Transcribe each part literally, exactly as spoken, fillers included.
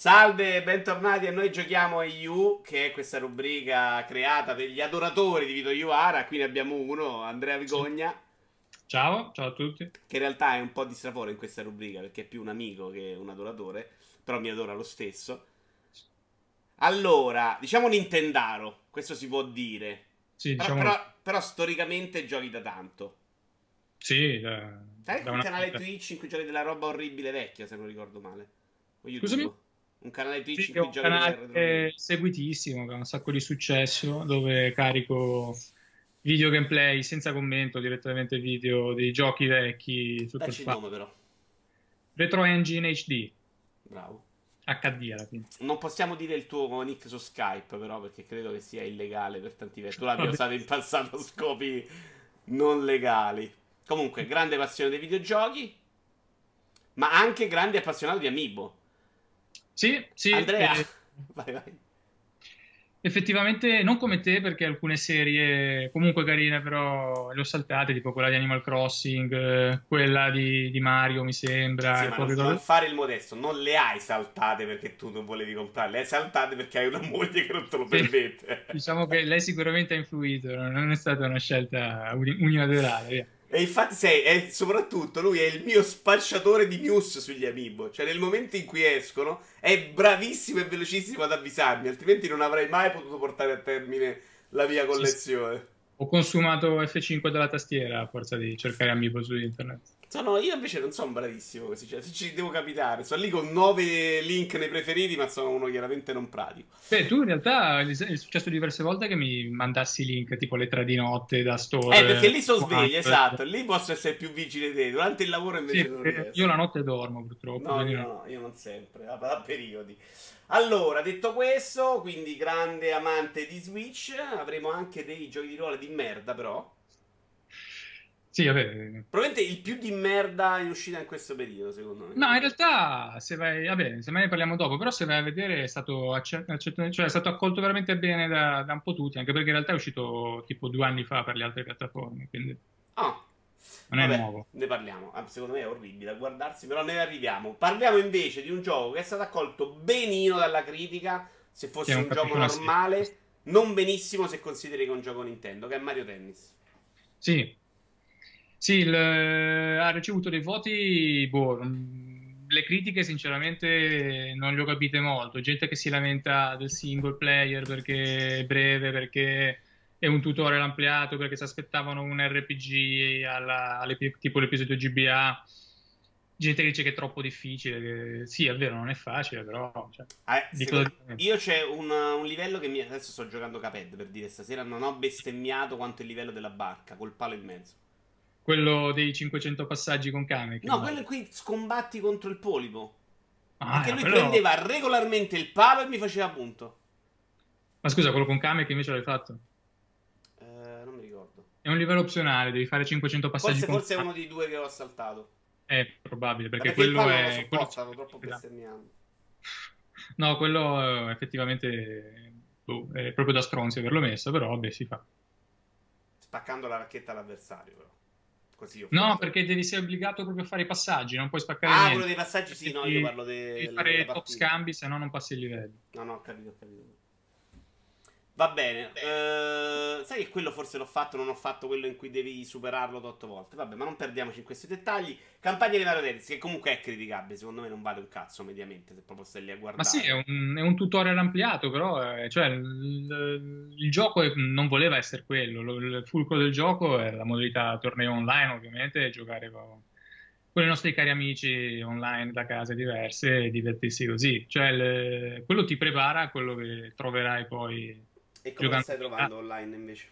Salve, bentornati a Noi Giochiamo a You, che è questa rubrica creata per gli adoratori di Vito Iuvara. Qui ne abbiamo uno, Andrea Sì. Vigogna, Ciao, ciao a tutti. che in realtà è un po' di straforo in questa rubrica perché è più un amico che un adoratore, però mi adora lo stesso. Allora, diciamo Nintendaro, questo si può dire. Sì, Però, diciamolo. però, però storicamente giochi da tanto. Sì, da, Sai da un una canale vita. Twitch in cui giochi della roba orribile vecchia, se non ricordo male? O Scusami? YouTube? Un canale Twitch Sì, in che è cui un giochi delle canale retro game? eh, seguitissimo, che ha un sacco di successo, dove carico video gameplay senza commento, direttamente video dei giochi vecchi, tutto il Dacci il fatto. nome però. Retro Engine H D, Bravo. H D alla fine. Non possiamo dire il tuo nick su Skype, però, perché credo che sia illegale per tanti versi. Tu Va l'abbia bene. usato in passato a scopi non legali. Comunque, grande passione dei videogiochi, ma anche grande appassionato di Amiibo. Sì, sì, Andrea, eh, vai, vai. effettivamente non come te, perché alcune serie comunque carine, però le ho saltate, tipo quella di Animal Crossing, eh, quella di, di Mario, mi Sì, sembra, e ma non, poche non cose. fare il modesto. Non le hai saltate perché tu non volevi comprarle. Le hai saltate perché hai una moglie che non te lo Sì, permette. diciamo che lei sicuramente ha influito, non è stata una scelta uni- unilaterale, via. E infatti sei, e soprattutto lui è il mio spacciatore di news sugli Amiibo. Cioè nel momento in cui escono è bravissimo e velocissimo ad avvisarmi, altrimenti non avrei mai potuto portare a termine la mia Sì, sì. collezione. Ho consumato F cinque dalla tastiera a forza di cercare amiibo su internet. Sono, io invece non sono bravissimo così, cioè se ci devo capitare, sono lì con nove link nei preferiti, ma sono uno chiaramente non pratico. Beh, tu in realtà è è successo diverse volte che mi mandassi link tipo le tre di notte da Eh, perché store. lì sono sveglio, eh, esatto, lì posso essere più vigile di te, durante il lavoro Sì, invece non perché io la riesco. notte dormo purtroppo, No, quindi io non... no, io non sempre, a, a periodi. Allora, detto questo, quindi grande amante di Switch, avremo anche dei giochi di ruolo di merda, però. Sì, vabbè. Probabilmente il più di merda in uscita in questo periodo, secondo me. No, in realtà, se vai, vabbè, se mai ne parliamo dopo, però se vai a vedere è stato, acce- accett- cioè, è stato accolto veramente bene da, da un po' tutti, anche perché in realtà è uscito tipo due anni fa per le altre piattaforme, quindi Ah, non è vabbè, nuovo. ne parliamo. Ah, secondo me è orribile a guardarsi, però ne arriviamo. Parliamo invece di un gioco che è stato accolto benino dalla critica, se Che fosse non un gioco capisco una serie. normale, non benissimo se consideri che è un gioco Nintendo, che è Mario Tennis. Sì, sì, il- ha ricevuto dei voti, boh, mm, le critiche sinceramente non le ho capite molto. Gente che si lamenta del single player perché è breve, perché è un tutorial ampliato, perché si aspettavano un R P G alla- all'epi- tipo l'episodio G B A. Gente che dice che è troppo difficile. Che- Sì, è vero, non è facile, però cioè, Eh, di cosa secondo- dipende? Io c'è un, un livello che mi... Adesso sto giocando Cuphead per dire stasera, non ho bestemmiato quanto il livello della barca, col palo in mezzo. Quello dei cinquecento passaggi con Kamek, No, quello in immagino. cui scombatti contro il polipo. Ah, Perché era lui quello... prendeva regolarmente il palo e mi faceva punto. Ma scusa, quello con Kamek invece l'hai fatto? Eh, non mi ricordo. È un livello opzionale, devi fare cinquecento passaggi Forse, con forse è uno Kamek. dei due che ho saltato. È probabile, Ma perché perché il quello palo non lo è... quello sopporta, ci sto mette troppo più da- bestemmiando. No, quello eh, effettivamente boh, è proprio da stronzi averlo messo, però vabbè, si fa. Spaccando la racchetta all'avversario, però. Così ho No, fatto. perché devi, sei obbligato proprio a fare i passaggi, non puoi spaccare Ah, quello niente. dei passaggi, sì, Perché no, io ti- parlo de- devi del- della fare top partita. scambi, se no non passi il livello. No, no, ho capito, ho capito. Va bene. Eh, sai che quello forse l'ho fatto, non ho fatto quello in cui devi superarlo otto volte. Vabbè, ma non perdiamoci in questi dettagli. Campagna di Mario Tennis, che comunque è criticabile, secondo me non vale un cazzo mediamente, se proprio stai lì a Ma sì, è guardare. un, è un tutorial ampliato, però eh, cioè, il, il gioco è- non voleva essere quello. Lo- Il fulcro del gioco è la modalità torneo online, ovviamente, e giocare con, con i nostri cari amici online da case diverse e divertirsi così. Cioè, il- quello ti prepara a quello che troverai poi E come lo giocando. stai trovando online invece?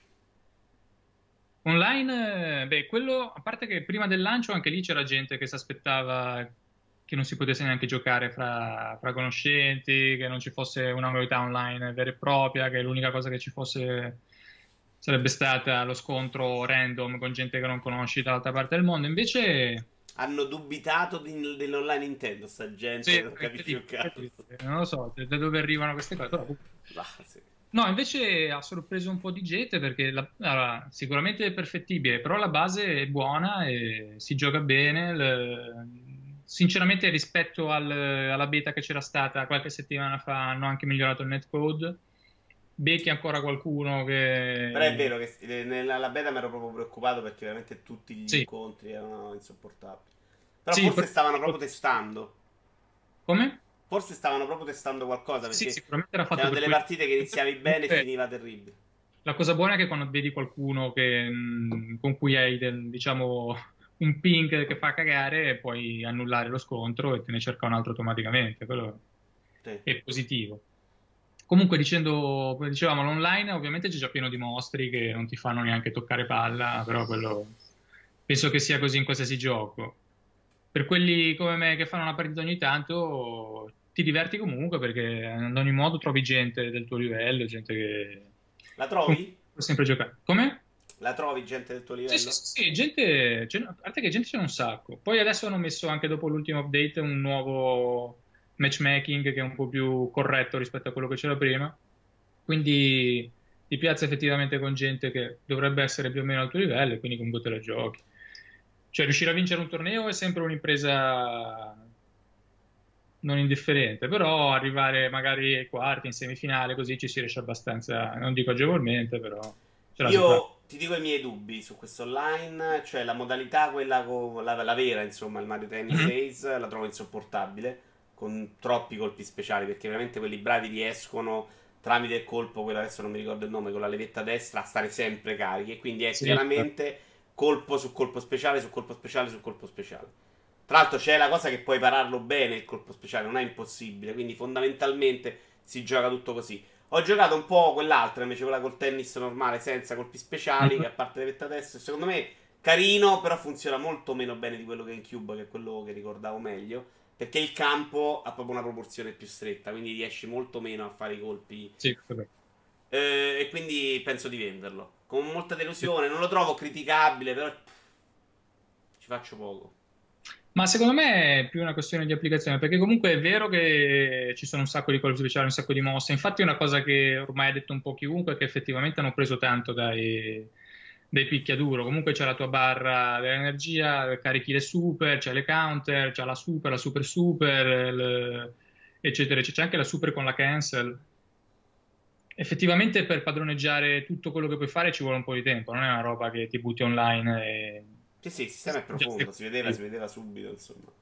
Online, eh, beh, quello, a parte che prima del lancio anche lì c'era gente che si aspettava che non si potesse neanche giocare fra, fra conoscenti, che non ci fosse una modalità online vera e propria, che l'unica cosa che ci fosse sarebbe stata lo scontro random con gente che non conosci dall'altra parte del mondo. Invece, Hanno dubitato di- dell'online Nintendo, sta sì, gente, non è capisci un incredibile, cazzo. incredibile. Non lo so da dove arrivano queste cose, però Va, sì. no, invece ha sorpreso un po' di gente perché la- allora, sicuramente è perfettibile, però la base è buona e si gioca bene, il- sinceramente rispetto al- alla beta che c'era stata qualche settimana fa hanno anche migliorato il netcode. Becchi ancora qualcuno Però è che... vero che eh, nella beta mi ero proprio preoccupato perché veramente tutti gli Sì, incontri erano insopportabili. Però sì, forse però... stavano proprio testando. Come? Forse stavano proprio testando qualcosa Sì, sì, perché sicuramente era fatto c'erano per delle questo. partite che iniziavi bene e Comunque, finiva terribile. la cosa buona è che quando vedi qualcuno che, mh, con cui hai del- diciamo, un ping che fa cagare, puoi annullare lo scontro e te ne cerca un altro automaticamente. Quello Sì. è positivo. Comunque, dicendo, come dicevamo, l'online ovviamente c'è già pieno di mostri che non ti fanno neanche toccare palla, però quello penso che sia così in qualsiasi gioco. Per quelli come me che fanno una partita ogni tanto, ti diverti comunque perché ad ogni modo trovi gente del tuo livello, gente che La con cui trovi? puoi sempre giocare. Come? La trovi gente del tuo Sì, sì, livello? sì, sì, gente, ce- a parte che gente c'è un sacco. Poi adesso hanno messo anche dopo l'ultimo update un nuovo matchmaking che è un po' più corretto rispetto a quello che c'era prima. Quindi ti piazza effettivamente con gente che dovrebbe essere più o meno al tuo livello e quindi comunque te la giochi. Cioè, riuscire a vincere un torneo è sempre un'impresa non indifferente, però arrivare magari ai quarti, in semifinale, così ci si riesce abbastanza, non dico agevolmente, però ce la si fa. Io ti dico i miei dubbi su questo online, cioè la modalità, quella con la, la vera, insomma, il Mario Tennis Mhm. Ace, la trovo insopportabile, con troppi colpi speciali, perché veramente quelli bravi riescono tramite il colpo, quello adesso non mi ricordo il nome, con la levetta destra, a stare sempre carichi, e quindi è Sì, chiaramente colpo su colpo speciale, su colpo speciale, su colpo speciale. Tra l'altro c'è la cosa che puoi pararlo bene il colpo speciale, non è impossibile, quindi fondamentalmente si gioca tutto così. Ho giocato un po' quell'altra, invece quella col tennis normale, senza colpi speciali, mhm. che a parte le vette a destra, secondo me carino, però funziona molto meno bene di quello che è in Cube, che è quello che ricordavo meglio, perché il campo ha proprio una proporzione più stretta, quindi riesci molto meno a fare i colpi. Sì, vabbè. Eh, e quindi penso di venderlo. Con molta Sì. delusione, non lo trovo criticabile, però pff, ci faccio poco. Ma secondo me è più una questione di applicazione, perché comunque è vero che ci sono un sacco di colpi speciali, un sacco di mosse. Infatti, una cosa che ormai ha detto un po' chiunque è che effettivamente hanno preso tanto dai, dai picchiaduro. Comunque c'è la tua barra dell'energia, carichi le super, c'è le counter, c'è la super, la super super, il- eccetera, eccetera. C'è anche la super con la cancel. Effettivamente per padroneggiare tutto quello che puoi fare ci vuole un po' di tempo, non è una roba che ti butti online e Sì, sì, il sistema è già sei profondo, si vedeva, si così. vedeva subito, insomma.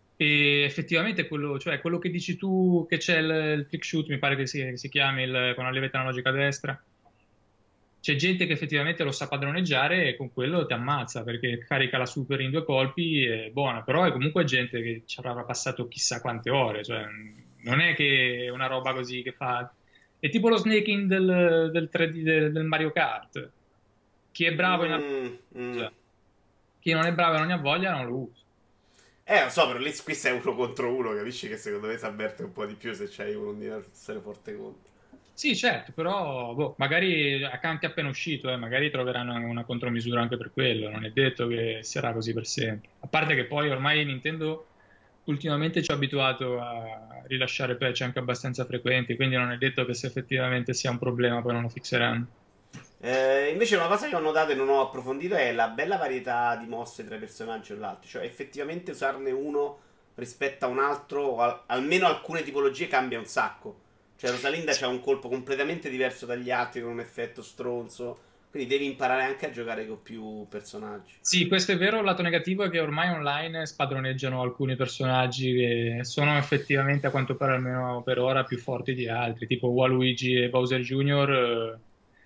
E effettivamente quello, cioè quello che dici tu che c'è il, il trick shoot, mi pare che si, che si chiami il- con la levetta analogica a destra. C'è gente che effettivamente lo sa padroneggiare e con quello ti ammazza perché carica la super in due colpi, è buona, però è comunque gente che ci avrà passato chissà quante ore, cioè non è che è una roba così che fa... È tipo lo snaking del, del tre D del, del Mario Kart. Chi è bravo in una Mm, mm. usa, chi non è bravo e non ne ha voglia non lo usa. Eh, lo so, però lì qui sei uno contro uno, capisci che secondo me si avverte un po' di più se c'hai uno di essere forte contro. Sì, certo, però boh, magari anche appena uscito, eh, magari troveranno una contromisura anche per quello, non è detto che sarà così per sempre. A parte che poi ormai Nintendo ultimamente ci ha abituato a rilasciare patch anche abbastanza frequenti, quindi non è detto che se effettivamente sia un problema poi non lo fixeranno. Eh, invece una cosa che ho notato e non ho approfondito è la bella varietà di mosse tra i personaggi e l'altro. Cioè, effettivamente usarne uno rispetto a un altro, o al- almeno alcune tipologie, cambia un sacco. Cioè, Rosalinda c'ha un colpo completamente diverso dagli altri, con un effetto stronzo. Quindi devi imparare anche a giocare con più personaggi. Sì, questo è vero, il lato negativo è che ormai online spadroneggiano alcuni personaggi che sono effettivamente, a quanto pare almeno per ora, più forti di altri, tipo Waluigi e Bowser junior eh,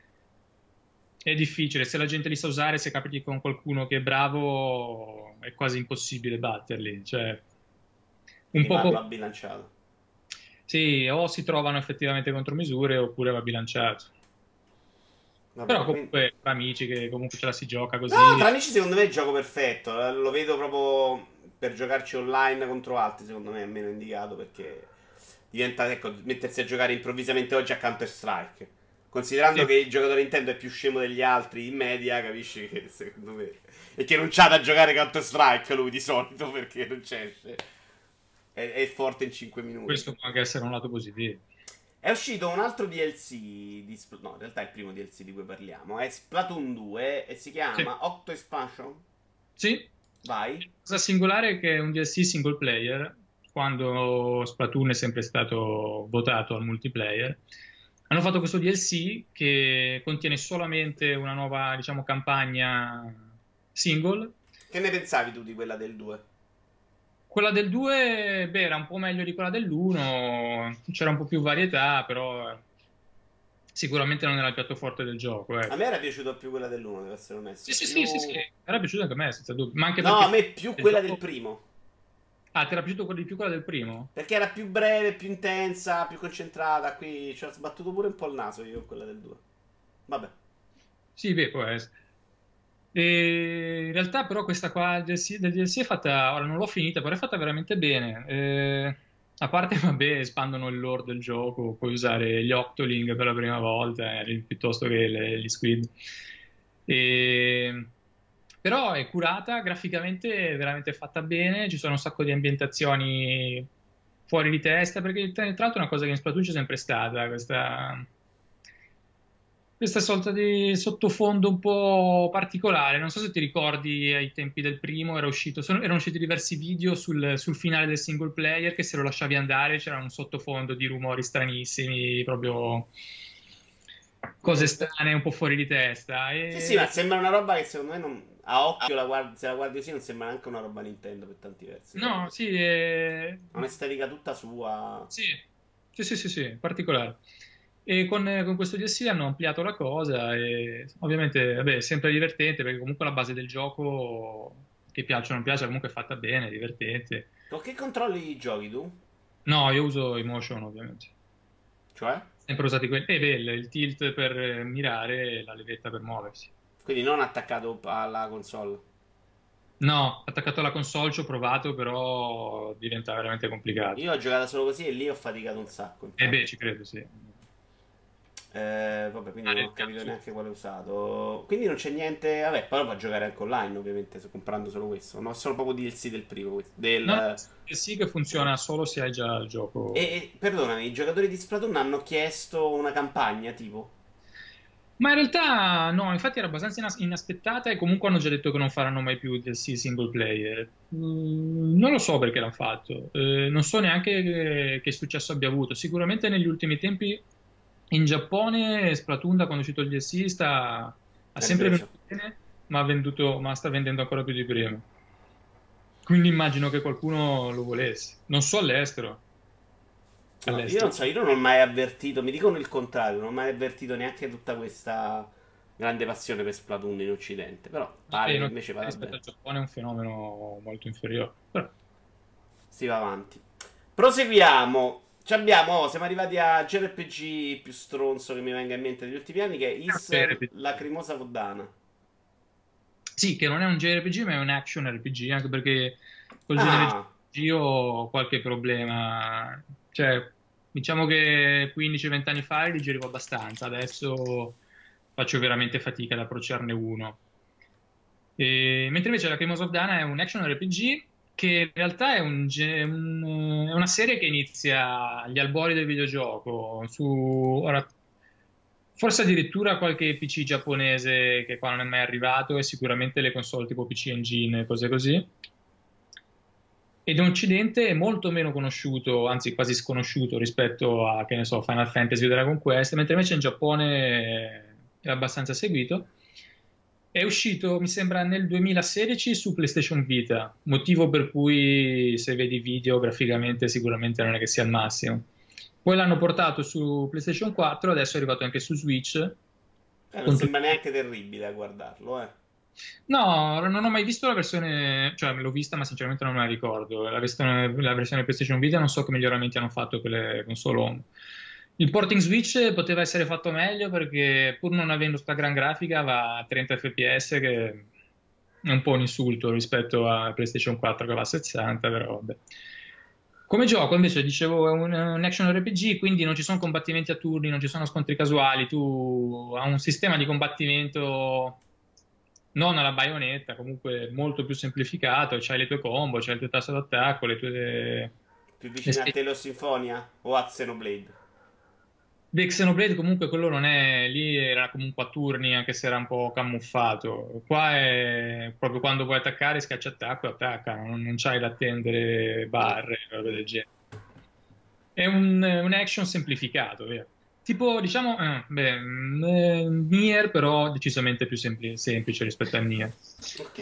È difficile, se la gente li sa usare, se capiti con qualcuno che è bravo, è quasi impossibile batterli. Cioè, un Quindi va, poco va bilanciato. sì, o si trovano effettivamente contromisure oppure va bilanciato. Però Vabbè, quindi... comunque tra amici che comunque ce la si gioca No, così. tra amici secondo me è il gioco perfetto. Eh, Lo vedo proprio per giocarci online contro altri, secondo me è meno indicato perché diventa, ecco, mettersi a giocare improvvisamente oggi a Counter-Strike. Considerando Sì, che il giocatore Nintendo è più scemo degli altri in media, capisci che secondo me... E che non c'ha da giocare Counter-Strike lui di solito perché non c'è. È, è forte in cinque minuti. questo può anche essere un lato positivo. È uscito un altro D L C di Spl- no, in realtà è il primo D L C di cui parliamo. È Splatoon due e si Sì, chiama Octo Expansion. sì, Vai. La cosa singolare è che è un D L C single player, quando Splatoon è sempre stato votato al multiplayer. Hanno fatto questo D L C che contiene solamente una nuova, diciamo, campagna single. Che ne pensavi tu di quella del due? Quella del due, beh, era un po' meglio di quella dell'uno, c'era un po' più varietà, però sicuramente non era il piatto forte del gioco, A ecco. me era piaciuta più quella dell'uno, devo essere Sì, onesto. sì, Più... sì, sì, sì, mi era piaciuta anche a me, senza dubbio, ma anche No, a perché me più il quella del gioco... primo. Ah, ti era piaciuto quello di più quella del primo? Perché era più breve, più intensa, più concentrata. Qui ci ho sbattuto pure un po' il naso io con quella del due. Vabbè. Sì, beh, può essere. E in realtà però questa qua del D L C, del D L C è fatta, ora non l'ho finita, però è fatta veramente bene. Eh, a parte, vabbè, espandono il lore del gioco, puoi usare gli Octoling per la prima volta, eh, piuttosto che le- gli Squid. E- Però è curata, graficamente è veramente fatta bene, ci sono un sacco di ambientazioni fuori di testa, perché tra tra l'altro è una cosa che in Splatoon c'è sempre stata, questa questa sorta di sottofondo un po' particolare. Non so se ti ricordi ai tempi del primo, era uscito, sono- erano usciti diversi video sul, sul finale del single player che se lo lasciavi andare c'era un sottofondo di rumori stranissimi, proprio cose Mm. strane, un po' fuori di testa. Sì, sì, ma E... sembra una roba che secondo me non... a occhio, la guardi- se la guardi così, non sembra neanche una roba Nintendo per tanti versi, No, capito? sì, è... Ha un'estetica tutta sua. Sì, sì, sì, sì, sì, particolare. E con, con questo D L C hanno ampliato la cosa e ovviamente, vabbè, è sempre divertente perché comunque la base del gioco, che piace o non piace, comunque è fatta bene, è divertente. Con che controlli giochi tu? No, io uso i motion ovviamente. Cioè? Sempre usati quelli. E beh, il, il tilt per eh, mirare e la levetta per muoversi. Quindi non attaccato alla console. No, attaccato alla console ci ho provato, però diventa veramente complicato. Io ho giocato solo così e lì ho faticato un sacco, E beh, infatti. ci credo, sì. Eh, vabbè, quindi non Fare ho il capito cazzo. neanche quale ho usato. Quindi non c'è niente. Vabbè, poi puoi giocare anche online, ovviamente, se comprando solo questo. No, sono proprio D L C del primo. questo- No, no, Del... sì che funziona solo se hai già il E, gioco. e, perdonami, i giocatori di Splatoon hanno chiesto una campagna, tipo. Ma in realtà no, infatti era abbastanza inas- inaspettata e comunque hanno già detto che non faranno mai più D L C single player. Mm, non lo so perché l'hanno fatto. Eh, non so neanche che, che successo abbia avuto. Sicuramente negli ultimi tempi in Giappone Splatoon, da quando è uscito il D L C, sta, ha Ha sempre ripreso. venduto bene, ma, ha venduto, ma sta vendendo ancora più di prima. Quindi immagino che qualcuno lo volesse. Non so all'estero. No, io non All'estero. so, io non ho mai avvertito, mi dicono il contrario, non ho mai avvertito neanche tutta questa grande passione per Splatoon in Occidente. Però pare Vabbè, che in invece Occidente vada rispetto bene. al Giappone è un fenomeno molto inferiore. Però, Si va avanti. Proseguiamo. Ci abbiamo, oh, siamo arrivati a J R P G più stronzo che mi venga in mente degli ultimi anni, che è Is J R P G. Lacrimosa Vodana. Sì, che non è un J R P G, ma è un action R P G, anche perché col genere Ah, J R P G ho qualche problema. Cioè, diciamo che quindici venti anni fa li digerivo abbastanza, adesso faccio veramente fatica ad approcciarne uno. E- mentre invece la Cream of Dana è un action R P G che in realtà è, un ge- un- è una serie che inizia agli albori del videogioco, su, ora, forse addirittura qualche P C giapponese che qua non è mai arrivato e sicuramente le console tipo P C Engine e cose così. Ed in Occidente è molto meno conosciuto, anzi quasi sconosciuto rispetto a, che ne so, Final Fantasy o Dragon Quest, mentre invece in Giappone è abbastanza seguito. È uscito, mi sembra, nel duemilasedici su PlayStation Vita, motivo per cui se vedi video graficamente sicuramente non è che sia il massimo. Poi l'hanno portato su PlayStation quattro, adesso è arrivato anche su Switch. eh, non Con sembra tutti... neanche terribile a guardarlo, eh. No, non ho mai visto la versione, cioè l'ho vista ma sinceramente non me la ricordo. La versione, la versione PlayStation Vita non so che miglioramenti hanno fatto per le console home. Il porting Switch poteva essere fatto meglio perché pur non avendo sta gran grafica va a trenta F P S che è un po' un insulto rispetto a PlayStation quattro che va a sessanta, però vabbè. Come gioco invece dicevo è un, un action R P G, quindi non ci sono combattimenti a turni, non ci sono scontri casuali, tu hai un sistema di combattimento non alla baionetta, comunque molto più semplificato, c'hai le tue combo, c'hai il tuo tasto d'attacco, le tue Più le vicino a specie. Tale of Symphonia o a Xenoblade. The Xenoblade comunque quello non è, lì era comunque a turni anche se era un po' camuffato. Qua è proprio quando vuoi attaccare, schiaccia attacco e attacca, non, non c'hai da attendere Mm. barre, robe del genere. È un, un action semplificato, vero? Tipo, diciamo, eh, beh, mm, eh, Nier però decisamente più sempli- semplice rispetto a Nier. Ok.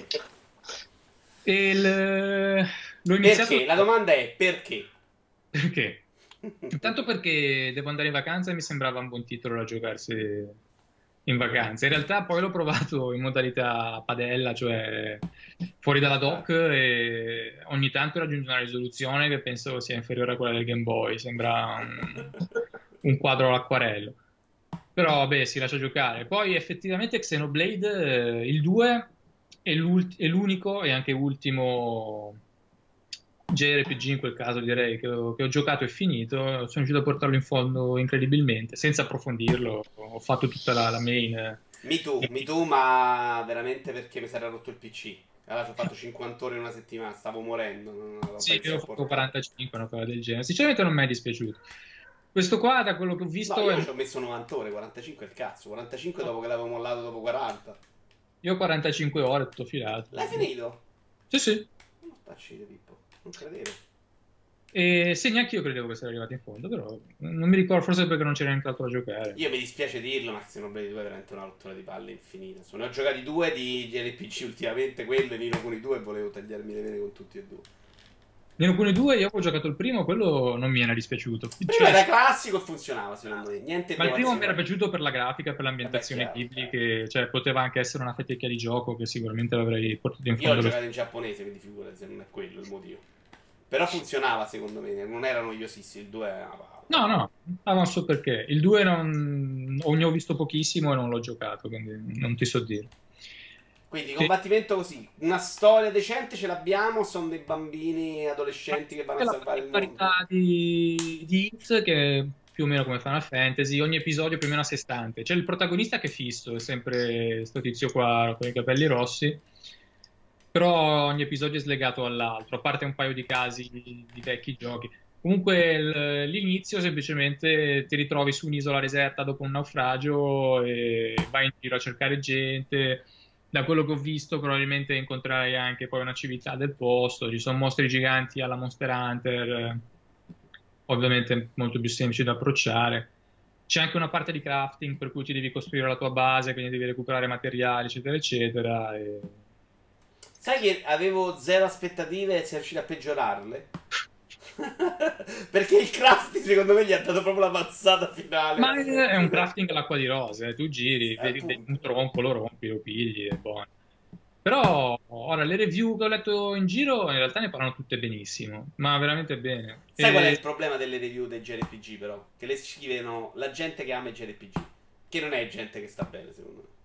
E il- l'ho iniziato Perché? La domanda è perché? perché? Intanto perché devo andare in vacanza e mi sembrava un buon titolo da giocarsi in vacanza. In realtà poi l'ho provato in modalità padella, cioè fuori dalla Ah, dock e ogni tanto raggiunge una risoluzione che penso sia inferiore a quella del Game Boy, sembra un, un quadro all'acquarello. Però vabbè, si lascia giocare. Poi effettivamente Xenoblade, eh, il due è l'ult- è l'unico e anche ultimo J R P G in quel caso direi che ho, che ho giocato e finito, sono riuscito a portarlo in fondo incredibilmente, senza approfondirlo, ho fatto tutta la, la main. eh. Mi tu, mi tu, ma veramente perché mi si era rotto il P C. Allora ci ho fatto cinquanta ore in una settimana, stavo morendo, non era roba Sì, io ho fatto insopportabile. quarantacinque, una cosa del genere. Sinceramente non mi è dispiaciuto. Questo qua, da quello che ho No, visto, è io un- ci ho messo novanta ore, quarantacinque è il cazzo, quarantacinque dopo che l'avevo mollato dopo quaranta. io ho quarantacinque ore tutto filato. L'hai finito? Sì, sì. Non facile, Pippo, non credevo. E sì, neanche io credevo che sarei arrivato in fondo, però non mi ricordo, forse perché non c'era neanche altro da giocare. Io mi dispiace dirlo, ma Xenoblade due è veramente una rottura di palle infinita. Se ne ho giocati due di J R P G ultimamente, quello e Nino Kuni due e volevo tagliarmi le vene con tutti e due. Nino Kuni due, io ho giocato il primo, quello non mi era dispiaciuto. Prima Cioè, era classico e funzionava secondo me, niente ma il primo mi era innovazione. piaciuto per la grafica, per Vabbè, l'ambientazione chiaro, Ghibli, chiaro. che cioè, poteva anche essere una faticchia di gioco che sicuramente l'avrei portato in Io ho fondo lo giocato in stesso. giapponese, quindi figurati se non è quello il motivo. Però funzionava secondo me, non era noiosissimo, il due era una palla. No, no, ah, non so perché. Il due non... o ne ho visto pochissimo e non l'ho giocato, quindi non ti so dire. Quindi E combattimento così, una storia decente ce l'abbiamo, sono dei bambini adolescenti che vanno a la salvare il mondo. particolarità di, di Hit, che è più o meno come Final Fantasy, ogni episodio più o meno a sé stante. C'è il protagonista che è fisso, è sempre sto tizio qua con i capelli rossi, però ogni episodio è slegato all'altro, a parte un paio di casi di, di vecchi giochi. Comunque l- l'inizio semplicemente ti ritrovi su un'isola deserta dopo un naufragio e vai in giro a cercare gente. Da quello che ho visto, probabilmente incontrerai anche poi una civiltà del posto. Ci sono mostri giganti alla Monster Hunter, eh, ovviamente molto più semplici da approcciare. C'è anche una parte di crafting per cui ti devi costruire la tua base, quindi devi recuperare materiali, eccetera, eccetera. E... Sai che avevo zero aspettative e sei riuscito a peggiorarle? Perché il crafting secondo me gli ha dato proprio la mazzata finale. Ma è un crafting all'acqua di rose, eh. Tu giri, vedi, vedi un Appunto. tronco, lo rompi, lo pigli, è buono. Però ora le review che ho letto in giro in realtà ne parlano tutte benissimo, ma veramente bene. Sai qual è il E problema delle review dei J R P G però? Che le scrivono la gente che ama i J R P G. Che non è gente che sta bene secondo me.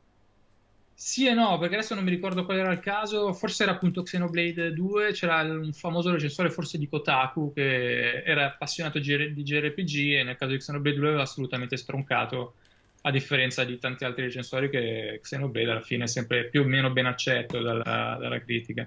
sì e no, perché adesso non mi ricordo qual era il caso, forse era appunto Xenoblade due, c'era un famoso recensore forse di Kotaku che era appassionato di J R P G e nel caso di Xenoblade due aveva assolutamente stroncato, a differenza di tanti altri recensori che Xenoblade alla fine è sempre più o meno ben accetto dalla, dalla critica.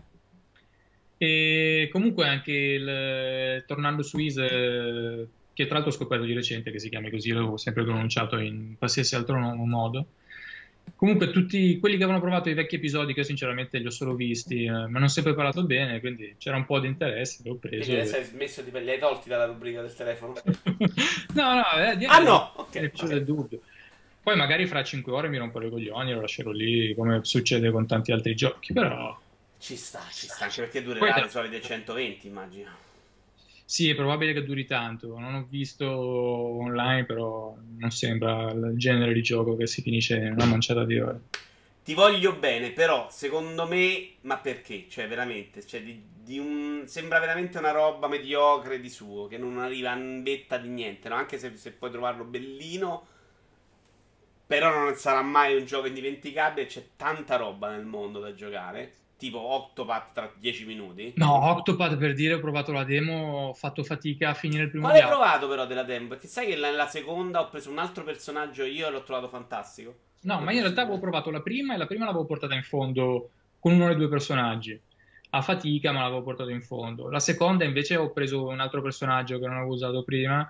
E comunque anche il, tornando su Ise, eh, che tra l'altro ho scoperto di recente che si chiami così, l'avevo sempre pronunciato in qualsiasi altro no- modo. Comunque tutti quelli che avevano provato i vecchi episodi, che io sinceramente li ho solo visti, eh, ma non ho sempre parlato bene, quindi c'era un po' di interesse, l'ho Quindi preso. adesso e- hai smesso di... Li hai tolti dalla rubrica del telefono? No, no, eh, Ah direi no! Ok, è più ok. del dubbio. Poi magari fra cinque ore mi rompo le coglioni e lo lascerò lì, come succede con tanti altri giochi, però... Ci sta, ci sta, anche perché Poi durerà le solite centoventi, immagino. sì, è probabile che duri tanto. Non ho visto online, però non sembra il genere di gioco che si finisce in una manciata di ore. Ti voglio bene, però secondo me, ma perché? Cioè, veramente, cioè, di, di un... sembra veramente una roba mediocre di suo, che non arriva a vetta di niente, no? Anche se, se puoi trovarlo bellino, però non sarà mai un gioco indimenticabile, c'è tanta roba nel mondo da giocare, tipo Octopath tra dieci minuti. No, Octopath per dire, ho provato la demo, ho fatto fatica a finire il primo Quale hai dialogo. provato però della demo? Perché sai che nella seconda ho preso un altro personaggio io e l'ho trovato fantastico. No, È ma io in realtà avevo possibile? provato la prima e la prima l'avevo portata in fondo con uno dei due personaggi. A fatica, ma l'avevo portato in fondo. La seconda invece ho preso un altro personaggio che non avevo usato prima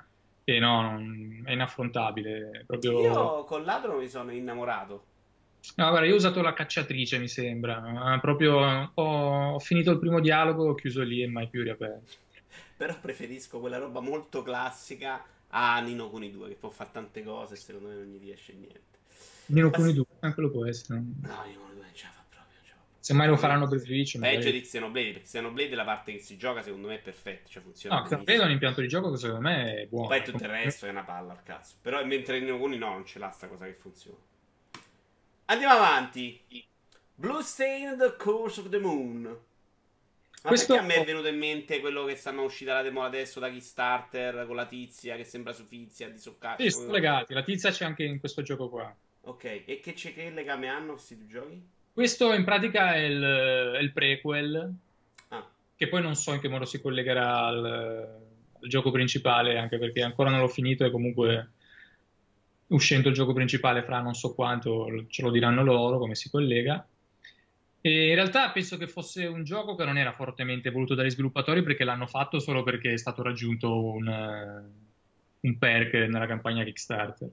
E no, non- è inaffrontabile. È proprio... Io con Ladro mi sono innamorato. No, guarda, io ho usato la cacciatrice, mi sembra. Eh, Proprio ho, ho finito il primo dialogo, ho chiuso lì e mai più riaperto. Però preferisco quella roba molto classica a Nino Kuni due, che può fare tante cose e secondo me non gli riesce niente. Nino Ma Kuni s- due, anche lo può essere. no, Nino Kuni due non ce la fa proprio, non ce la fa Se mai lo proprio. faranno per Switch, Peggio magari... di Xenoblade, perché Xenoblade la parte che si gioca secondo me è perfetta, cioè funziona No, Xenoblade è un benissimo. impianto di gioco che secondo me è Poi buono. tutto il resto è una palla al cazzo. Però mentre Nino Kuni no, non ce l'ha sta cosa che funziona. Andiamo avanti. Bloodstained Curse of the Moon. Ma perché Questo a me è venuto in mente quello che stanno uscita la demo adesso da Kickstarter con la tizia che sembra Sufizia di sì, sono Soccaccio? legati. La tizia c'è anche in questo gioco qua. Ok, e che, c'è, che legame hanno questi due giochi? Questo in pratica è il, è il prequel, Ah, che poi non so in che modo si collegherà al, al gioco principale, anche perché ancora non l'ho finito e comunque uscendo il gioco principale fra non so quanto ce lo diranno loro come si collega. E in realtà penso che fosse un gioco che non era fortemente voluto dagli sviluppatori perché l'hanno fatto solo perché è stato raggiunto un, eh, un perk nella campagna Kickstarter.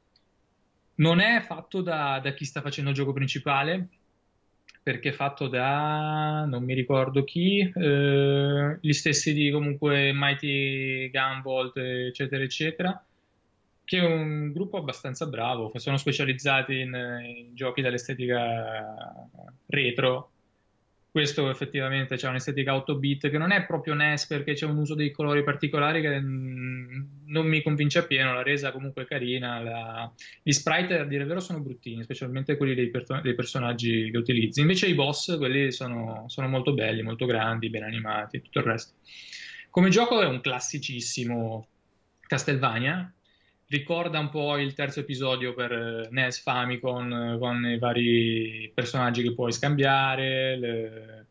Non è fatto da, da chi sta facendo il gioco principale, perché è fatto da non mi ricordo chi, eh, gli stessi di comunque Mighty Gunvolt, eccetera, eccetera, che è un gruppo abbastanza bravo, sono specializzati in, in giochi dall'estetica retro. Questo effettivamente c'è un'estetica otto bit che non è proprio N E S perché c'è un uso dei colori particolari che mm, non mi convince appieno, la resa comunque è carina, la- gli sprite a dire il vero sono bruttini, specialmente quelli dei, per- dei personaggi che utilizzi. Invece i boss, quelli sono, sono molto belli, molto grandi, ben animati, tutto il resto. Come gioco è un classicissimo Castlevania, ricorda un po' il terzo episodio per eh, N E S Famicom eh, con i vari personaggi che puoi scambiare, le-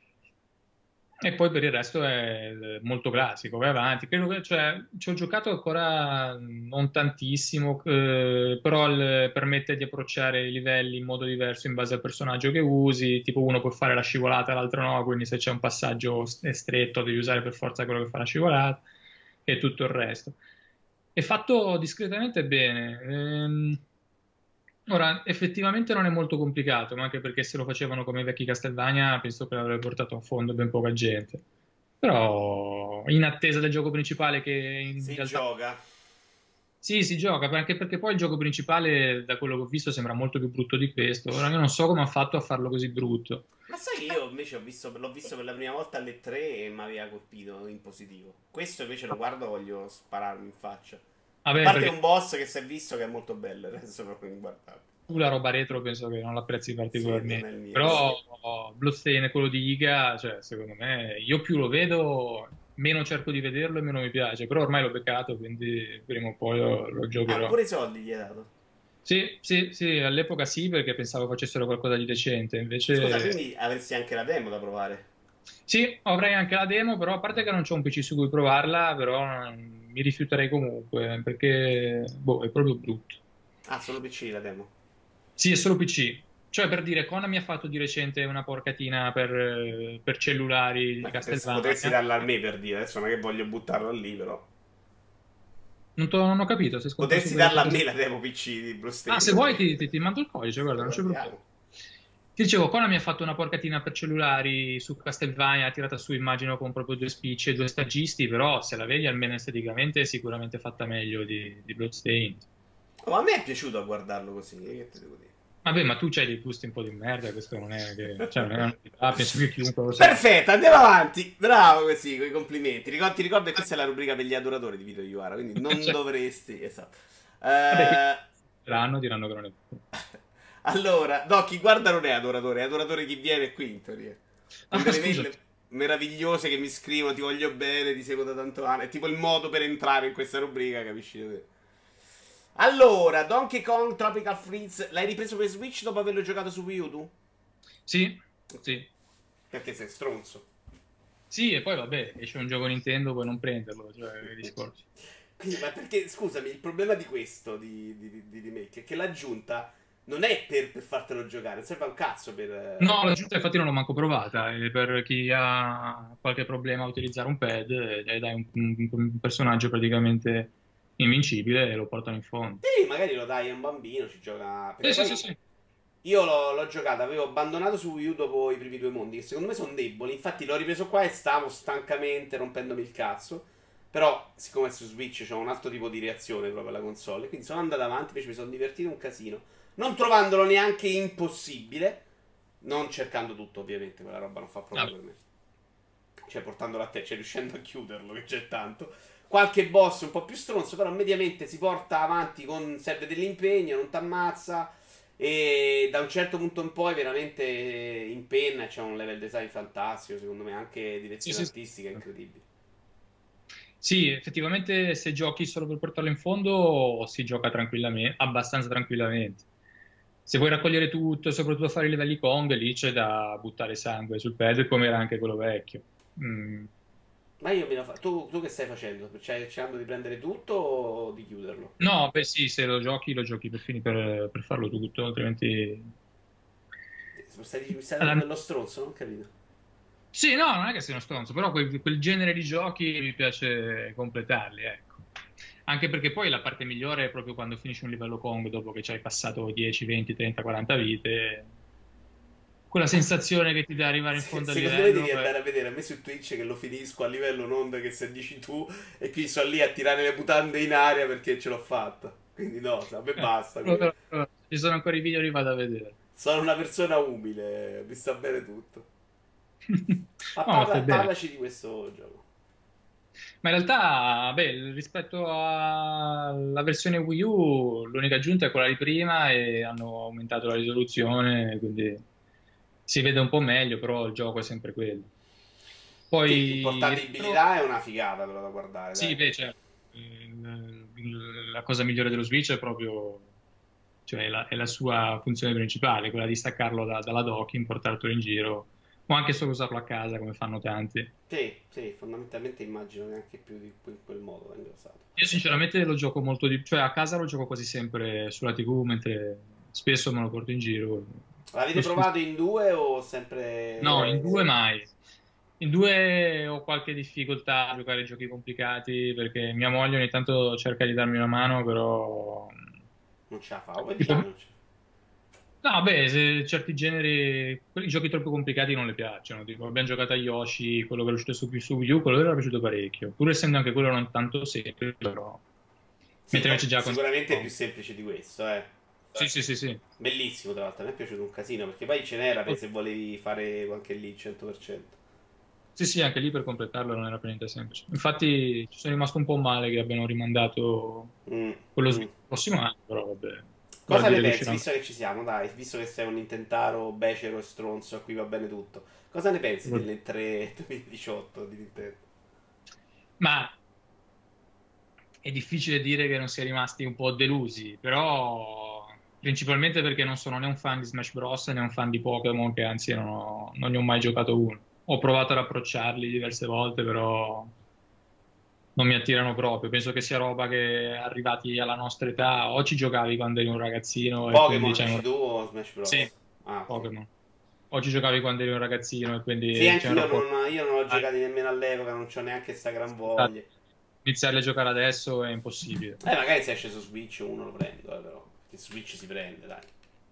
e poi per il resto è eh, molto classico, vai avanti. Credo che, cioè, ci ho giocato ancora non tantissimo, eh, però il- permette di approcciare i livelli in modo diverso in base al personaggio che usi, tipo uno può fare la scivolata, l'altro no, quindi se c'è un passaggio s- stretto devi usare per forza quello che fa la scivolata e tutto il resto. È fatto discretamente bene. Ehm, ora, effettivamente non è molto complicato, ma anche perché se lo facevano come i vecchi Castlevania, penso che l'avrebbe portato a fondo ben poca gente. Però, in attesa del gioco principale, che in si realtà gioca. sì, si gioca, anche perché poi il gioco principale, da quello che ho visto, sembra molto più brutto di questo. Ora io non so come ha fatto a farlo così brutto. Ma sai che io invece ho visto, l'ho visto per la prima volta alle tre e mi aveva colpito in positivo. Questo invece lo guardo e voglio spararmi in faccia. A Vabbè, parte perché un boss che si è visto che è molto bello, adesso proprio inguardabile. tu la roba retro penso che non l'apprezzi Sì, non è particolarmente. il mio. Però Bloodstain è quello di Iga, cioè, secondo me, io più lo vedo, meno cerco di vederlo e meno mi piace. Però ormai l'ho beccato, quindi prima o poi lo, lo Ah, giocherò. pure i soldi gli hai dato. Sì, sì, sì, all'epoca sì, perché pensavo facessero qualcosa di decente. Scusa, Invece, quindi avresti anche la demo da provare. sì, avrei anche la demo, però a parte che non c'ho un P C su cui provarla, però mm, mi rifiuterei comunque, perché, boh, è proprio brutto. Ah, solo P C la demo. Sì, è solo P C. Cioè, per dire, Konami ha fatto di recente una porcatina per, eh, per cellulari di Ma potessi, potessi Castlevania. darla a me per dire, adesso non è che voglio buttarlo lì, però. Non, t'ho- non ho capito se sconta su Potessi per... darla a me la demo P C di Ah, se Bluestain. vuoi ti, ti- ti mando il codice, guarda, non c'è problema. Guardiamo. Ti dicevo, Konami ha fatto una porcatina per cellulari su Castlevania, ha tirata su, immagino, con proprio due spicci e due stagisti, però se la vedi almeno esteticamente è sicuramente fatta meglio di, di Bloodstained. Oh, a me è piaciuto a guardarlo così, che te devo dire. Vabbè, ma tu c'hai dei gusti un po' di merda, questo non è che... Cioè, non è una novità, penso che chiunque lo sa. Perfetto, andiamo avanti. Bravo così, con i complimenti. Ricordi, ti ricordo che questa è la rubrica per gli adoratori di Vito Iuara, quindi non Cioè, dovresti. Esatto. vabbè, qui Eh, diranno, diranno che non è vero. allora, no, chi guarda non è adoratore, è adoratore chi viene qui in teoria. Con Ah, delle scusa. mail meravigliose che mi scrivono, ti voglio bene, ti seguo da tanto anni. È tipo il modo per entrare in questa rubrica, capisci? Allora, Donkey Kong Tropical Freeze, l'hai ripreso per Switch dopo averlo giocato su Wii U tu? Sì, sì. Perché sei stronzo. Sì, e poi vabbè, esce un gioco Nintendo, puoi non prenderlo, cioè, che discorsi. Quindi, ma perché, scusami, il problema di questo, di, di, di, di remake, è che l'aggiunta non è per, per fartelo giocare, non serve a un cazzo per... No, eh, la giunta infatti non l'ho manco provata, e per chi ha qualche problema a utilizzare un pad, eh, gli dai un, un- un personaggio praticamente invincibile e lo portano in fondo. Sì, magari lo dai a un bambino, ci gioca. Sì, Perché sì, sì, poi sì. io l'ho, l'ho giocato, avevo abbandonato su Wii U dopo i primi due mondi, che secondo me sono deboli. Infatti l'ho ripreso qua e stavo stancamente rompendomi il cazzo. Però, siccome su Switch c'ho un altro tipo di reazione proprio alla console, quindi sono andato avanti, invece mi sono divertito un casino. Non trovandolo neanche impossibile. Non cercando tutto, ovviamente, quella roba non fa proprio Ah, per me. Cioè, portandolo a te, cioè riuscendo a chiuderlo, che c'è tanto. Qualche boss un po' più stronzo, però mediamente si porta avanti con serve dell'impegno, non t'ammazza. E da un certo punto in poi veramente impenna. C'è un level design fantastico, secondo me, anche sì, direzione sì, sì. artistica incredibile. Sì, effettivamente se giochi solo per portarlo in fondo si gioca tranquillamente, abbastanza tranquillamente. Se vuoi raccogliere tutto, soprattutto fare i livelli Kong, lì c'è da buttare sangue sul pad, come era anche quello vecchio. Mm. Ma io me lo fa. Tu, tu che stai facendo? Stai cercando di prendere tutto o di chiuderlo? No, beh sì, se lo giochi, lo giochi per, fini- per, per farlo tutto, altrimenti... Stai, mi stai dando Alla- dello stronzo? Non ho capito. Sì, no, non è che sei uno stronzo, però quel, quel genere di giochi mi piace completarli, ecco. Anche perché poi la parte migliore è proprio quando finisci un livello Kong dopo che ci hai passato dieci, venti, trenta, quaranta vite. Quella sensazione che ti dà arrivare in Se- fondo al Secondo me livello devi è... andare a vedere a me su Twitch che lo finisco a livello non che se dici tu e qui sto lì a tirare le mutande in aria perché ce l'ho fatta. Quindi no, a me eh, basta quello. però- però ci sono ancora i video, li vado a vedere. Sono una persona umile, mi sta bene tutto. Ma No, ma parla- stai bene. parlaci di questo gioco. Ma in realtà, beh, rispetto alla versione Wii U, l'unica aggiunta è quella di prima e hanno aumentato la risoluzione, quindi si vede un po' meglio, però il gioco è sempre quello. Sì, Poi il retro, l'importabilità è una figata però da guardare, sì, dai. beh, certo, il- il- la cosa migliore dello Switch è proprio, cioè, la, è la sua funzione principale, quella di staccarlo da- dalla docking, portarlo in giro, o anche solo usarlo a casa, come fanno tanti. Sì, sì, fondamentalmente immagino neanche più di in quel modo venga usato. Io sinceramente lo gioco molto di... cioè a casa lo gioco quasi sempre sulla T V, mentre spesso me lo porto in giro. L'avete Lo sfrutto. provato in due o No, in sempre... due mai. In due ho qualche difficoltà a giocare giochi complicati perché mia moglie ogni tanto cerca di darmi una mano, però... Non ce la fa, o venti tipo- anni non ce la No, beh, se certi generi, quelli giochi troppo complicati non le piacciono. Tipo, abbiamo giocato a Yoshi, quello che è uscito su, su Wii U, quello era piaciuto parecchio. Pur essendo anche quello non tanto semplice, però... Sì, Mentre poi invece già con... sicuramente è più semplice di questo, eh. Sì, sì, sì, sì. Bellissimo, tra l'altro, mi è piaciuto un casino, perché poi ce n'era per se volevi fare anche lì il cento per cento. Sì, sì, anche lì per completarlo non era per niente semplice. Infatti ci sono rimasto un po' male che abbiano rimandato Mm, quello mm. Switch il prossimo anno, però vabbè, vorrà Cosa ne dire che pensi, usciranno. visto che ci siamo, dai, visto che sei un Nintendaro becero e stronzo, a cui va bene tutto. Cosa ne pensi delle tre duemiladiciotto di Nintendo? Ma è difficile dire che non si è rimasti un po' delusi, però principalmente perché non sono né un fan di Smash Bros. Né un fan di Pokémon, che anzi non, ho- non ne ho mai giocato uno. Ho provato ad approcciarli diverse volte, però non mi attirano proprio. Penso che sia roba che arrivati alla nostra età, o ci giocavi quando eri un ragazzino e quindi Pokémon c'è dici un... tu o Smash Sì, Bros? Ah, ok. Pokémon. O ci giocavi quando eri un ragazzino e Sì, quindi c'è anche un io rapporto... non, io non ho Ah, giocati nemmeno all'epoca, non c'ho neanche sta gran esatto. voglia. Iniziarli a giocare adesso è impossibile. Eh, magari se esce su Switch uno lo prendo, eh, però. Che Switch si prende, dai.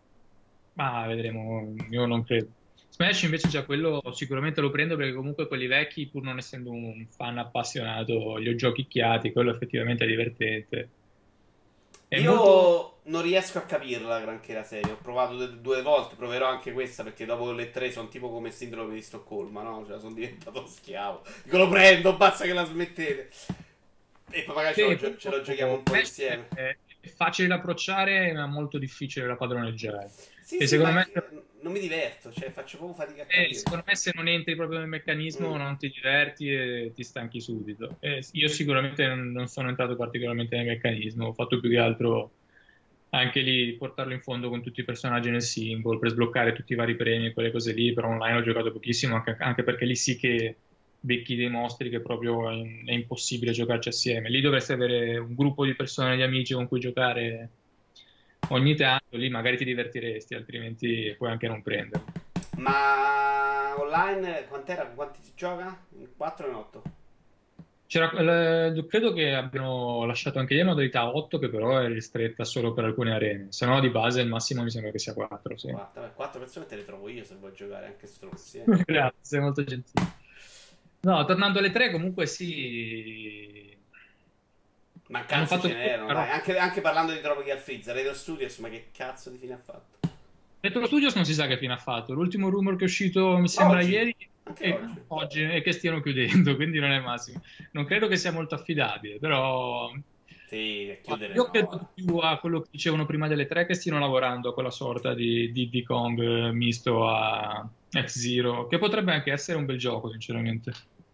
Ma vedremo, io non credo. Smash invece già quello sicuramente lo prendo perché comunque quelli vecchi, pur non essendo un fan appassionato, li ho giochicchiati, quello effettivamente è divertente. È molto... Io non riesco a capirla granché la serie. Ho provato de- due volte, proverò anche questa perché dopo le tre sono tipo come sindrome di Stoccolma, no? Cioè, sono diventato schiavo. Dico, lo prendo, basta che la smettete. E poi magari ce lo, Sì, gio- ce lo giochiamo proprio un po' Smash insieme. è è facile da approcciare, ma molto difficile da padroneggiare. Sì, E sì, ma secondo è me, che non mi diverto, cioè faccio proprio fatica a eh, capire. secondo me se non entri proprio nel meccanismo Mm. non ti diverti e ti stanchi subito. E io sicuramente non non sono entrato particolarmente nel meccanismo, ho fatto più che altro anche lì portarlo in fondo con tutti i personaggi nel single per sbloccare tutti i vari premi e quelle cose lì, però online ho giocato pochissimo anche, anche perché lì sì che becchi dei mostri che proprio è, è impossibile giocarci assieme. Lì dovresti avere un gruppo di persone, di amici con cui giocare ogni tanto, lì magari ti divertiresti, altrimenti puoi anche non prenderlo. Ma online quant'era? Quanti si gioca? In quattro o in otto? C'era, eh, credo che abbiano lasciato anche lì la modalità otto, che però è ristretta solo per alcune arene. Se no, di base il massimo mi sembra che sia quattro, sì. Quattro, Beh, quattro persone te le trovo io se vuoi giocare, anche stronzi, eh. Grazie, sei molto gentile. No, tornando alle tre, comunque sì. Hanno Mancanze fatto ce vedere n'erano, una dai. roba. Anche, anche parlando di Tropical Freeze, Radio Studios, ma che cazzo di fine ha fatto? Retro Studios non si sa che fine ha fatto. L'ultimo rumor che è uscito, mi sembra Oggi, ieri, anche è, oggi. oggi, è che stiano chiudendo, quindi non è massimo. Non credo che sia molto affidabile, però Sì, a guarda, chiudere io credo no. di più a quello che dicevano prima delle tre, che stiano lavorando a quella sorta di Diddy Kong eh, misto a F-Zero, che potrebbe anche essere un bel gioco, sinceramente.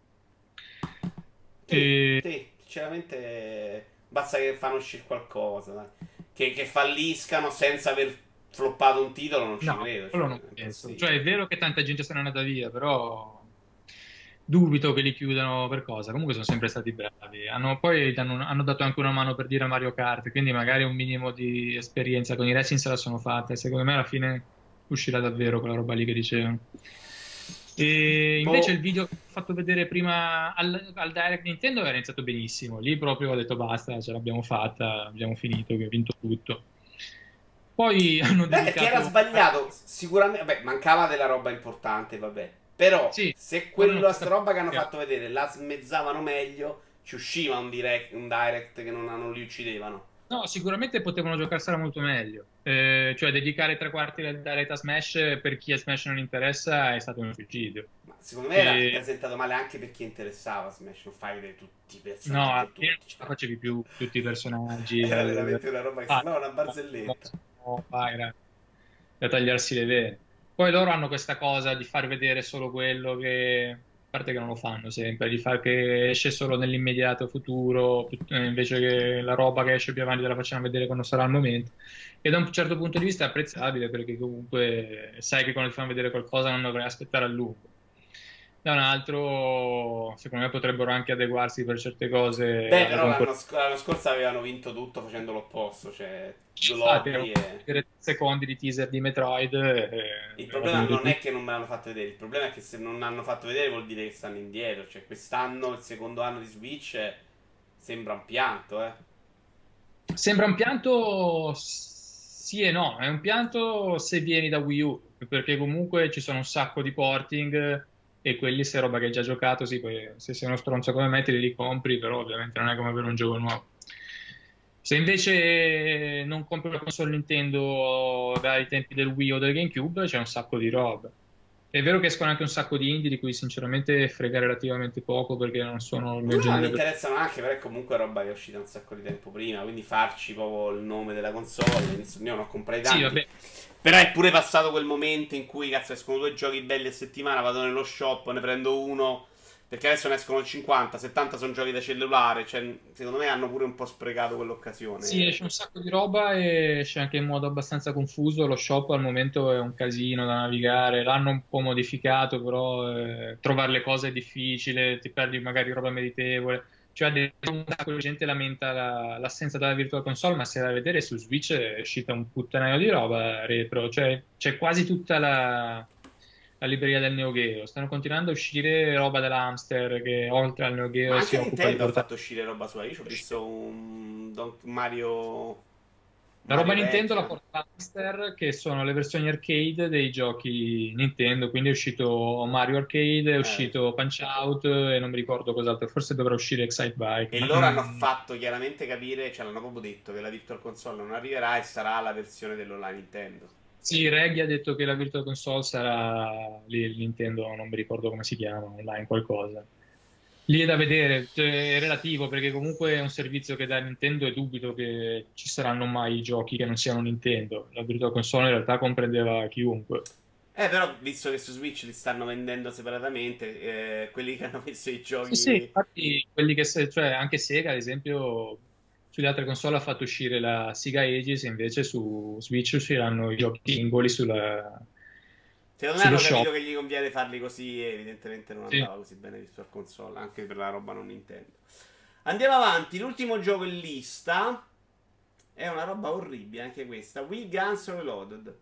Sì, E... sì, sinceramente basta che fanno uscire qualcosa, dai. Che, che falliscano senza aver floppato un titolo, non ci No, credo, quello cioè, non è penso. Cioè, è impossibile. vero che tanta gente se n'è andata via, però dubito che li chiudano per cosa. Comunque sono sempre stati bravi. Hanno, poi hanno, hanno dato anche una mano per dire a Mario Kart, quindi magari un minimo di esperienza con i racing se la sono fatta. E secondo me alla fine uscirà davvero quella roba lì che dicevano. E invece Boh, il video che ho fatto vedere prima al, al Direct Nintendo era iniziato benissimo. Lì proprio ho detto basta, ce l'abbiamo fatta, abbiamo finito, che ho vinto tutto. Poi hanno beh, perché era dedicato... sbagliato, sicuramente, beh, mancava della roba importante, vabbè. Però, Sì, se ora hanno quella sta questa... roba che hanno fatto vedere la smezzavano meglio, ci usciva un direct, un direct che non, non li uccidevano. No, sicuramente potevano giocarsela molto meglio. Eh, cioè, dedicare tre quarti del direct a Smash per chi a Smash non interessa è stato un suicidio. Ma secondo me era E... presentato male anche per chi interessava Smash, non fai vedere tutti i No, personaggi alla a fine non tutti, la cioè. facevi più tutti i personaggi. Era Al... veramente una roba che Ah, sembrava una barzelletta. era da tagliarsi le vene. Poi loro hanno questa cosa di far vedere solo quello che, a parte che non lo fanno sempre, di far che esce solo nell'immediato futuro, pi- eh, invece che la roba che esce più avanti te la facciamo vedere quando sarà il momento. E da un certo punto di vista è apprezzabile perché comunque sai che quando ti fanno vedere qualcosa non dovrai aspettare a lungo. Da un altro, secondo me potrebbero anche adeguarsi per certe cose Beh, alla però l'anno, concorrenza. sc- l'anno scorso avevano vinto tutto facendo l'opposto, cioè due Infatti, erano lobby e... tre secondi di teaser di Metroid, eh, Il era problema venuto non tutto. è che non me l'hanno fatto vedere, il problema è che se non hanno fatto vedere vuol dire che stanno indietro, cioè quest'anno, il secondo anno di Switch, eh, sembra un pianto, eh. Sembra un pianto sì e no, è un pianto se vieni da Wii U, perché comunque ci sono un sacco di porting e quelli se è roba che hai già giocato, sì, poi se sei uno stronzo come me te li ricompri, però ovviamente non è come avere un gioco nuovo. Se invece non compri una console Nintendo dai tempi del Wii o del GameCube, c'è un sacco di roba. È vero che escono anche un sacco di indie di cui sinceramente frega relativamente poco perché non sono il mio No, mi genere. interessano anche, però è comunque roba che è uscita un sacco di tempo prima, quindi farci proprio il nome della console, insomma, io ne ho comprati Sì, tanti. vabbè, Però è pure passato quel momento in cui, cazzo, escono due giochi belli a settimana, vado nello shop, ne prendo uno, perché adesso ne escono cinquanta, settanta sono giochi da cellulare, cioè, secondo me hanno pure un po' sprecato sì, quell'occasione. esce un sacco di roba e esce anche in modo abbastanza confuso. Lo shop al momento è un casino da navigare. L'hanno un po' modificato, però eh, trovare le cose è difficile, ti perdi magari roba meritevole. Cioè, ad un sacco di gente lamenta la- l'assenza della Virtual Console, ma se vai a vedere su Switch è uscita un puttanaio di roba retro. Cioè, c'è quasi tutta la, la libreria del Neo Geo. Stanno continuando a uscire roba dell'Hamster che oltre al Neo Ma Geo si anche occupa di Nintendo ha portare. fatto uscire roba sua, io ci ho visto un Don Mario, La roba Mario Nintendo la vecchio. porta Master, che sono le versioni arcade dei giochi Nintendo, quindi è uscito Mario Arcade, è Eh, uscito Punch-Out e non mi ricordo cos'altro, forse dovrà uscire Excite Bike, E ma loro hanno non... fatto chiaramente capire, cioè l'hanno proprio detto che la Virtual Console non arriverà e sarà la versione dell'online Nintendo. Sì, Reggie ha detto che la Virtual Console sarà lì, il Nintendo, non mi ricordo come si chiama, online qualcosa. Lì è da vedere, cioè, è relativo perché comunque è un servizio che da Nintendo e dubito che ci saranno mai giochi che non siano Nintendo. La Virtual Console in realtà comprendeva chiunque. Eh, però, visto che su Switch li stanno vendendo separatamente, eh, quelli che hanno messo i Sì, sì, giochi. infatti quelli che, se- cioè anche Sega, ad esempio, sulle altre console ha fatto uscire la Sega Aegis, e invece su Switch usciranno i giochi singoli sulla- Secondo me sullo hanno shop. capito che gli conviene farli così e evidentemente non Sì. andava così bene Virtual Console, anche per la roba non Nintendo. Andiamo avanti, l'ultimo gioco in lista è una roba orribile anche questa, Wii Guns Reloaded.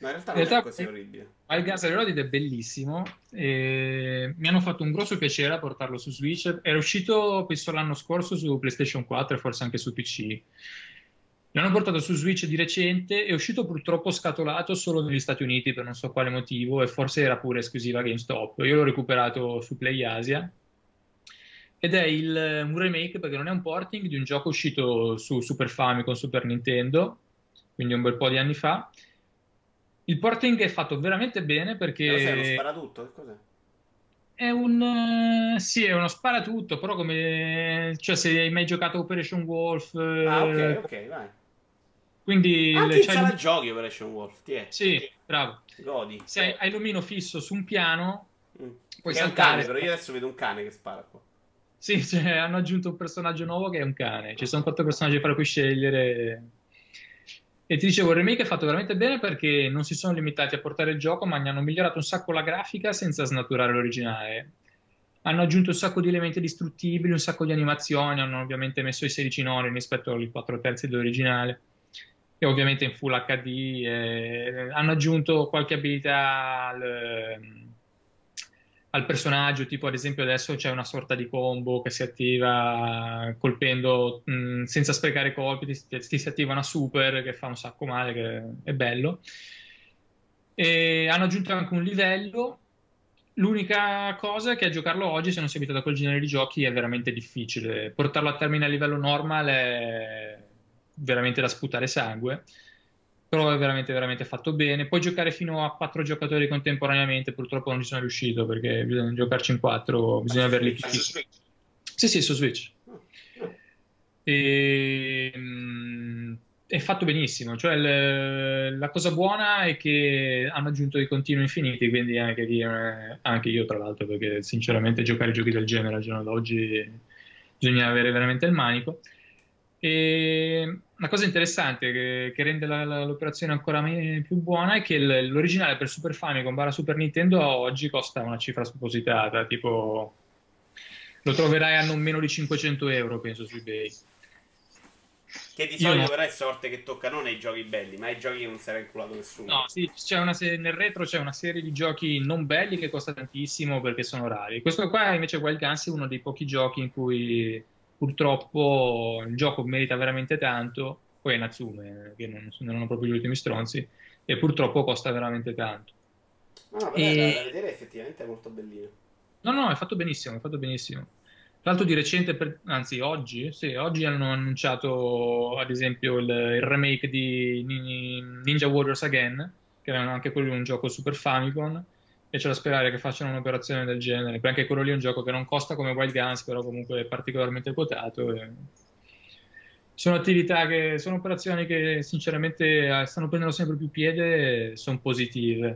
Ma in realtà In non è realtà così orribile. Wild Guns Reloaded è bellissimo e mi hanno fatto un grosso piacere a portarlo su Switch. Era uscito, penso, l'anno scorso su PlayStation quattro e forse anche su P C. L'hanno portato su Switch di recente, è uscito purtroppo scatolato solo negli Stati Uniti per non so quale motivo e forse era pure esclusiva GameStop. Io l'ho recuperato su PlayAsia ed è il- un remake, perché non è un porting, di un gioco uscito su Super Famicom, Super Nintendo, quindi un bel po' di anni fa. Il porting è fatto veramente bene E lo sai, uno perché sparatutto? Che cos'è? è un... eh, sì, è uno sparatutto, però come... Cioè, se hai mai giocato a Operation Wolf, Ah, ok, eh, ok, vai. quindi Anche il- in c'hai sala l'om- giochi Operation Wolf, ti è. Sì, bravo. Godi. Se hai, hai l'omino fisso su un piano, Mm. puoi Che è un cane, saltare. però io adesso vedo un cane che spara qua. Sì, cioè, hanno aggiunto un personaggio nuovo che è un cane. Ci sono quattro personaggi fra cui scegliere. E ti dicevo, il remake è fatto veramente bene perché non si sono limitati a portare il gioco, ma ne hanno migliorato un sacco la grafica senza snaturare l'originale. Hanno aggiunto un sacco di elementi distruttibili, un sacco di animazioni, hanno ovviamente messo i sedici noni rispetto ai quattro terzi dell'originale, e ovviamente in Full H D. eh, hanno aggiunto qualche abilità al, al personaggio, tipo ad esempio adesso c'è una sorta di combo che si attiva colpendo mh, senza sprecare colpi, ti, ti si attiva una super che fa un sacco male, che è bello. E hanno aggiunto anche un livello. L'unica cosa è che a giocarlo oggi, se non si abita da quel genere di giochi, è veramente difficile. Portarlo a termine a livello normal è veramente da sputare sangue, però è veramente, veramente fatto bene. Puoi giocare fino a quattro giocatori contemporaneamente, purtroppo non ci sono riuscito perché bisogna giocarci in quattro, Ma bisogna su averli Switch? tutti. Sì, sì, su Switch. Ah, ah. E, mh, è fatto benissimo. Cioè, il- la cosa buona è che hanno aggiunto i continui infiniti, quindi anche, lì, eh, anche io, tra l'altro, perché sinceramente giocare giochi del genere al giorno d'oggi bisogna avere veramente il manico. E una cosa interessante che, che rende la- la- l'operazione ancora me- più buona è che il- l'originale per Super Famicom barra Super Nintendo oggi costa una cifra spropositata, tipo lo troverai a non meno di cinquecento euro, penso, su eBay. Che di Io no. solito però è sorte che tocca non ai giochi belli, ma ai giochi che non si era inculato nessuno. No, sì, c'è una se- nel retro c'è una serie di giochi non belli che costa tantissimo perché sono rari. Questo qua invece Wild Guns è uno dei pochi giochi in cui purtroppo il gioco merita veramente tanto, poi è Natsume, che non, non erano proprio gli ultimi stronzi, e purtroppo costa veramente tanto. No, no, però è da, E da vedere effettivamente è molto bellino. no, no, è fatto benissimo, è fatto benissimo. Tra l'altro di recente, per- anzi oggi, sì, oggi hanno annunciato ad esempio il, il remake di Ni- Ninja Warriors Again, che era anche quello un gioco Super Famicom, e c'è da sperare che facciano un'operazione del genere, perché anche quello lì è un gioco che non costa come Wild Guns, però comunque è particolarmente quotato. e- Sono attività che, sono operazioni che sinceramente eh, stanno prendendo sempre più piede e sono positive.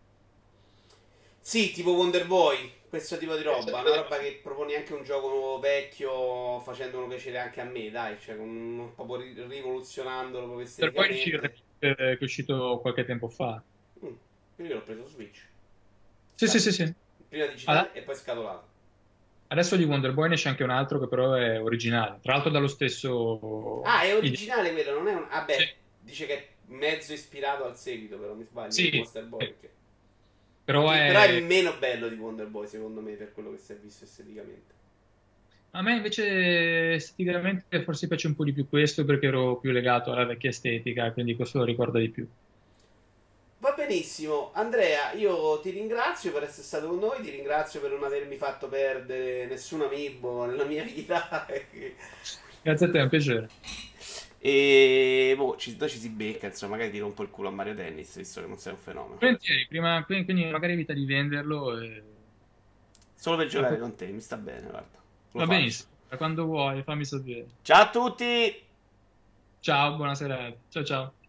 Sì, tipo Wonder Boy, questo tipo di roba, una roba che proponi anche un gioco nuovo vecchio, facendolo piacere anche a me, dai, cioè con un po' ri- rivoluzionandolo proprio Per poi dici il esteticamente. remake eh, che è uscito qualche tempo fa. Mm. Quindi io l'ho preso su Switch. Sì, sì, Scat- sì, sì. Prima Ad- digitale e poi scatolato. Adesso di Wonder Boy ne c'è anche un altro che però è originale, tra l'altro dallo Ah, stesso... è ide- originale quello, non è un... Ah Sì, beh, dice che è mezzo ispirato al seguito, però mi sbaglio, di sì, Monster Boy. sì. Ok. Però Che però è è... meno bello di Wonder Boy, secondo me, per quello che si è visto esteticamente. A me invece esteticamente forse piace un po' di più questo perché ero più legato alla vecchia estetica, quindi questo lo ricorda di più. Va benissimo, Andrea, io ti ringrazio per essere stato con noi, ti ringrazio per non avermi fatto perdere nessun amiibo nella mia vita. Grazie a te, è un piacere. E boh, ci, noi ci si becca, insomma, magari ti rompo il culo a Mario Tennis, visto che non sei un fenomeno. Volentieri, prima, quindi magari evita di venderlo e... Solo per giocare con te, mi sta bene, guarda. Lo Va faccio. benissimo, da quando vuoi, fammi sapere. Ciao a tutti! Ciao, buona serata. Ciao ciao.